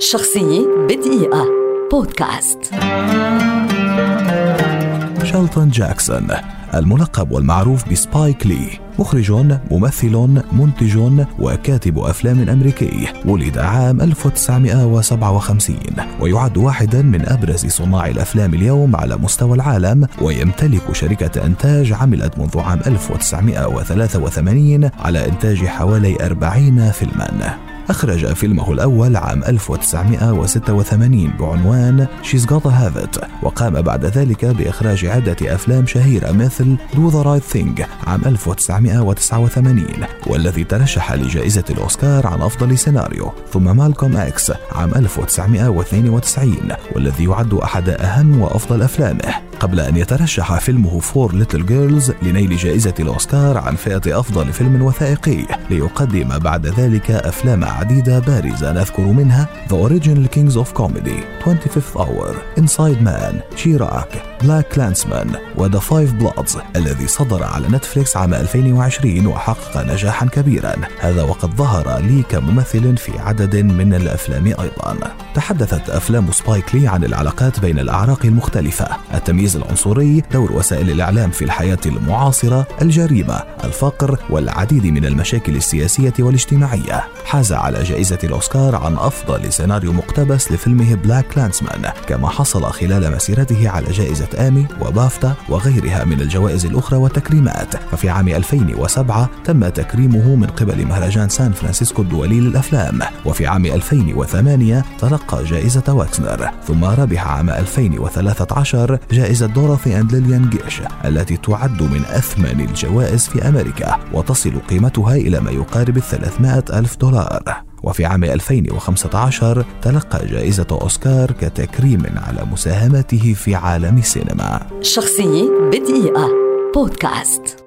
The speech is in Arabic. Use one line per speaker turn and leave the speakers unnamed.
شخصية بدقيقة بودكاست.
شيلتون جاكسون، الملقب والمعروف بسبايك لي، مخرج، ممثل، منتج وكاتب أفلام أمريكي، ولد عام 1957 ويعد واحدا من أبرز صناع الأفلام اليوم على مستوى العالم، ويمتلك شركة إنتاج عملت منذ عام 1983 على إنتاج حوالي 40 فيلما. أخرج فيلمه الأول عام 1986 بعنوان She's Gotta Have It، وقام بعد ذلك بإخراج عدة أفلام شهيرة مثل Do the Right Thing عام 1989 والذي ترشح لجائزة الأوسكار عن أفضل سيناريو، ثم مالكوم إكس عام 1992 والذي يعد أحد أهم وأفضل أفلامه، قبل أن يترشح فيلمه Four Little Girls لنيل جائزة الأوسكار عن فئة أفضل فيلم وثائقي، ليقدم بعد ذلك أفلام عديدة بارزة نذكر منها The Original Kings of Comedy, 25th Hour, Inside Man, Chirac, Black Klansman و The Five Bloods الذي صدر على نتفليكس عام 2020 وحقق نجاحا كبيرا، هذا وقد ظهر لي كممثل في عدد من الأفلام أيضا. تحدثت أفلام سبايك لي عن العلاقات بين الأعراق المختلفة، التمييز العنصري، دور وسائل الإعلام في الحياة المعاصرة، الجريمة، الفقر والعديد من المشاكل السياسية والاجتماعية. حاز على جائزة الأوسكار عن أفضل سيناريو مقتبس لفيلمه بلاك كلانسمان، كما حصل خلال مسيرته على جائزة آمي وبافتا وغيرها من الجوائز الأخرى والتكريمات. ففي عام 2007 تم تكريمه من قبل مهرجان سان فرانسيسكو الدولي للأفلام، وفي عام 2008 تلقى جائزة واكسنر، ثم ربح عام 2013 جائزة دورثي أند ليليان جيش التي تعد من أثمن الجوائز في أمريكا، وتصل قيمتها إلى ما يقارب $300,000. وفي عام 2015 تلقى جائزة أوسكار كتكريم على مساهمته في عالم السينما.
شخصية بدقيقة بودكاست.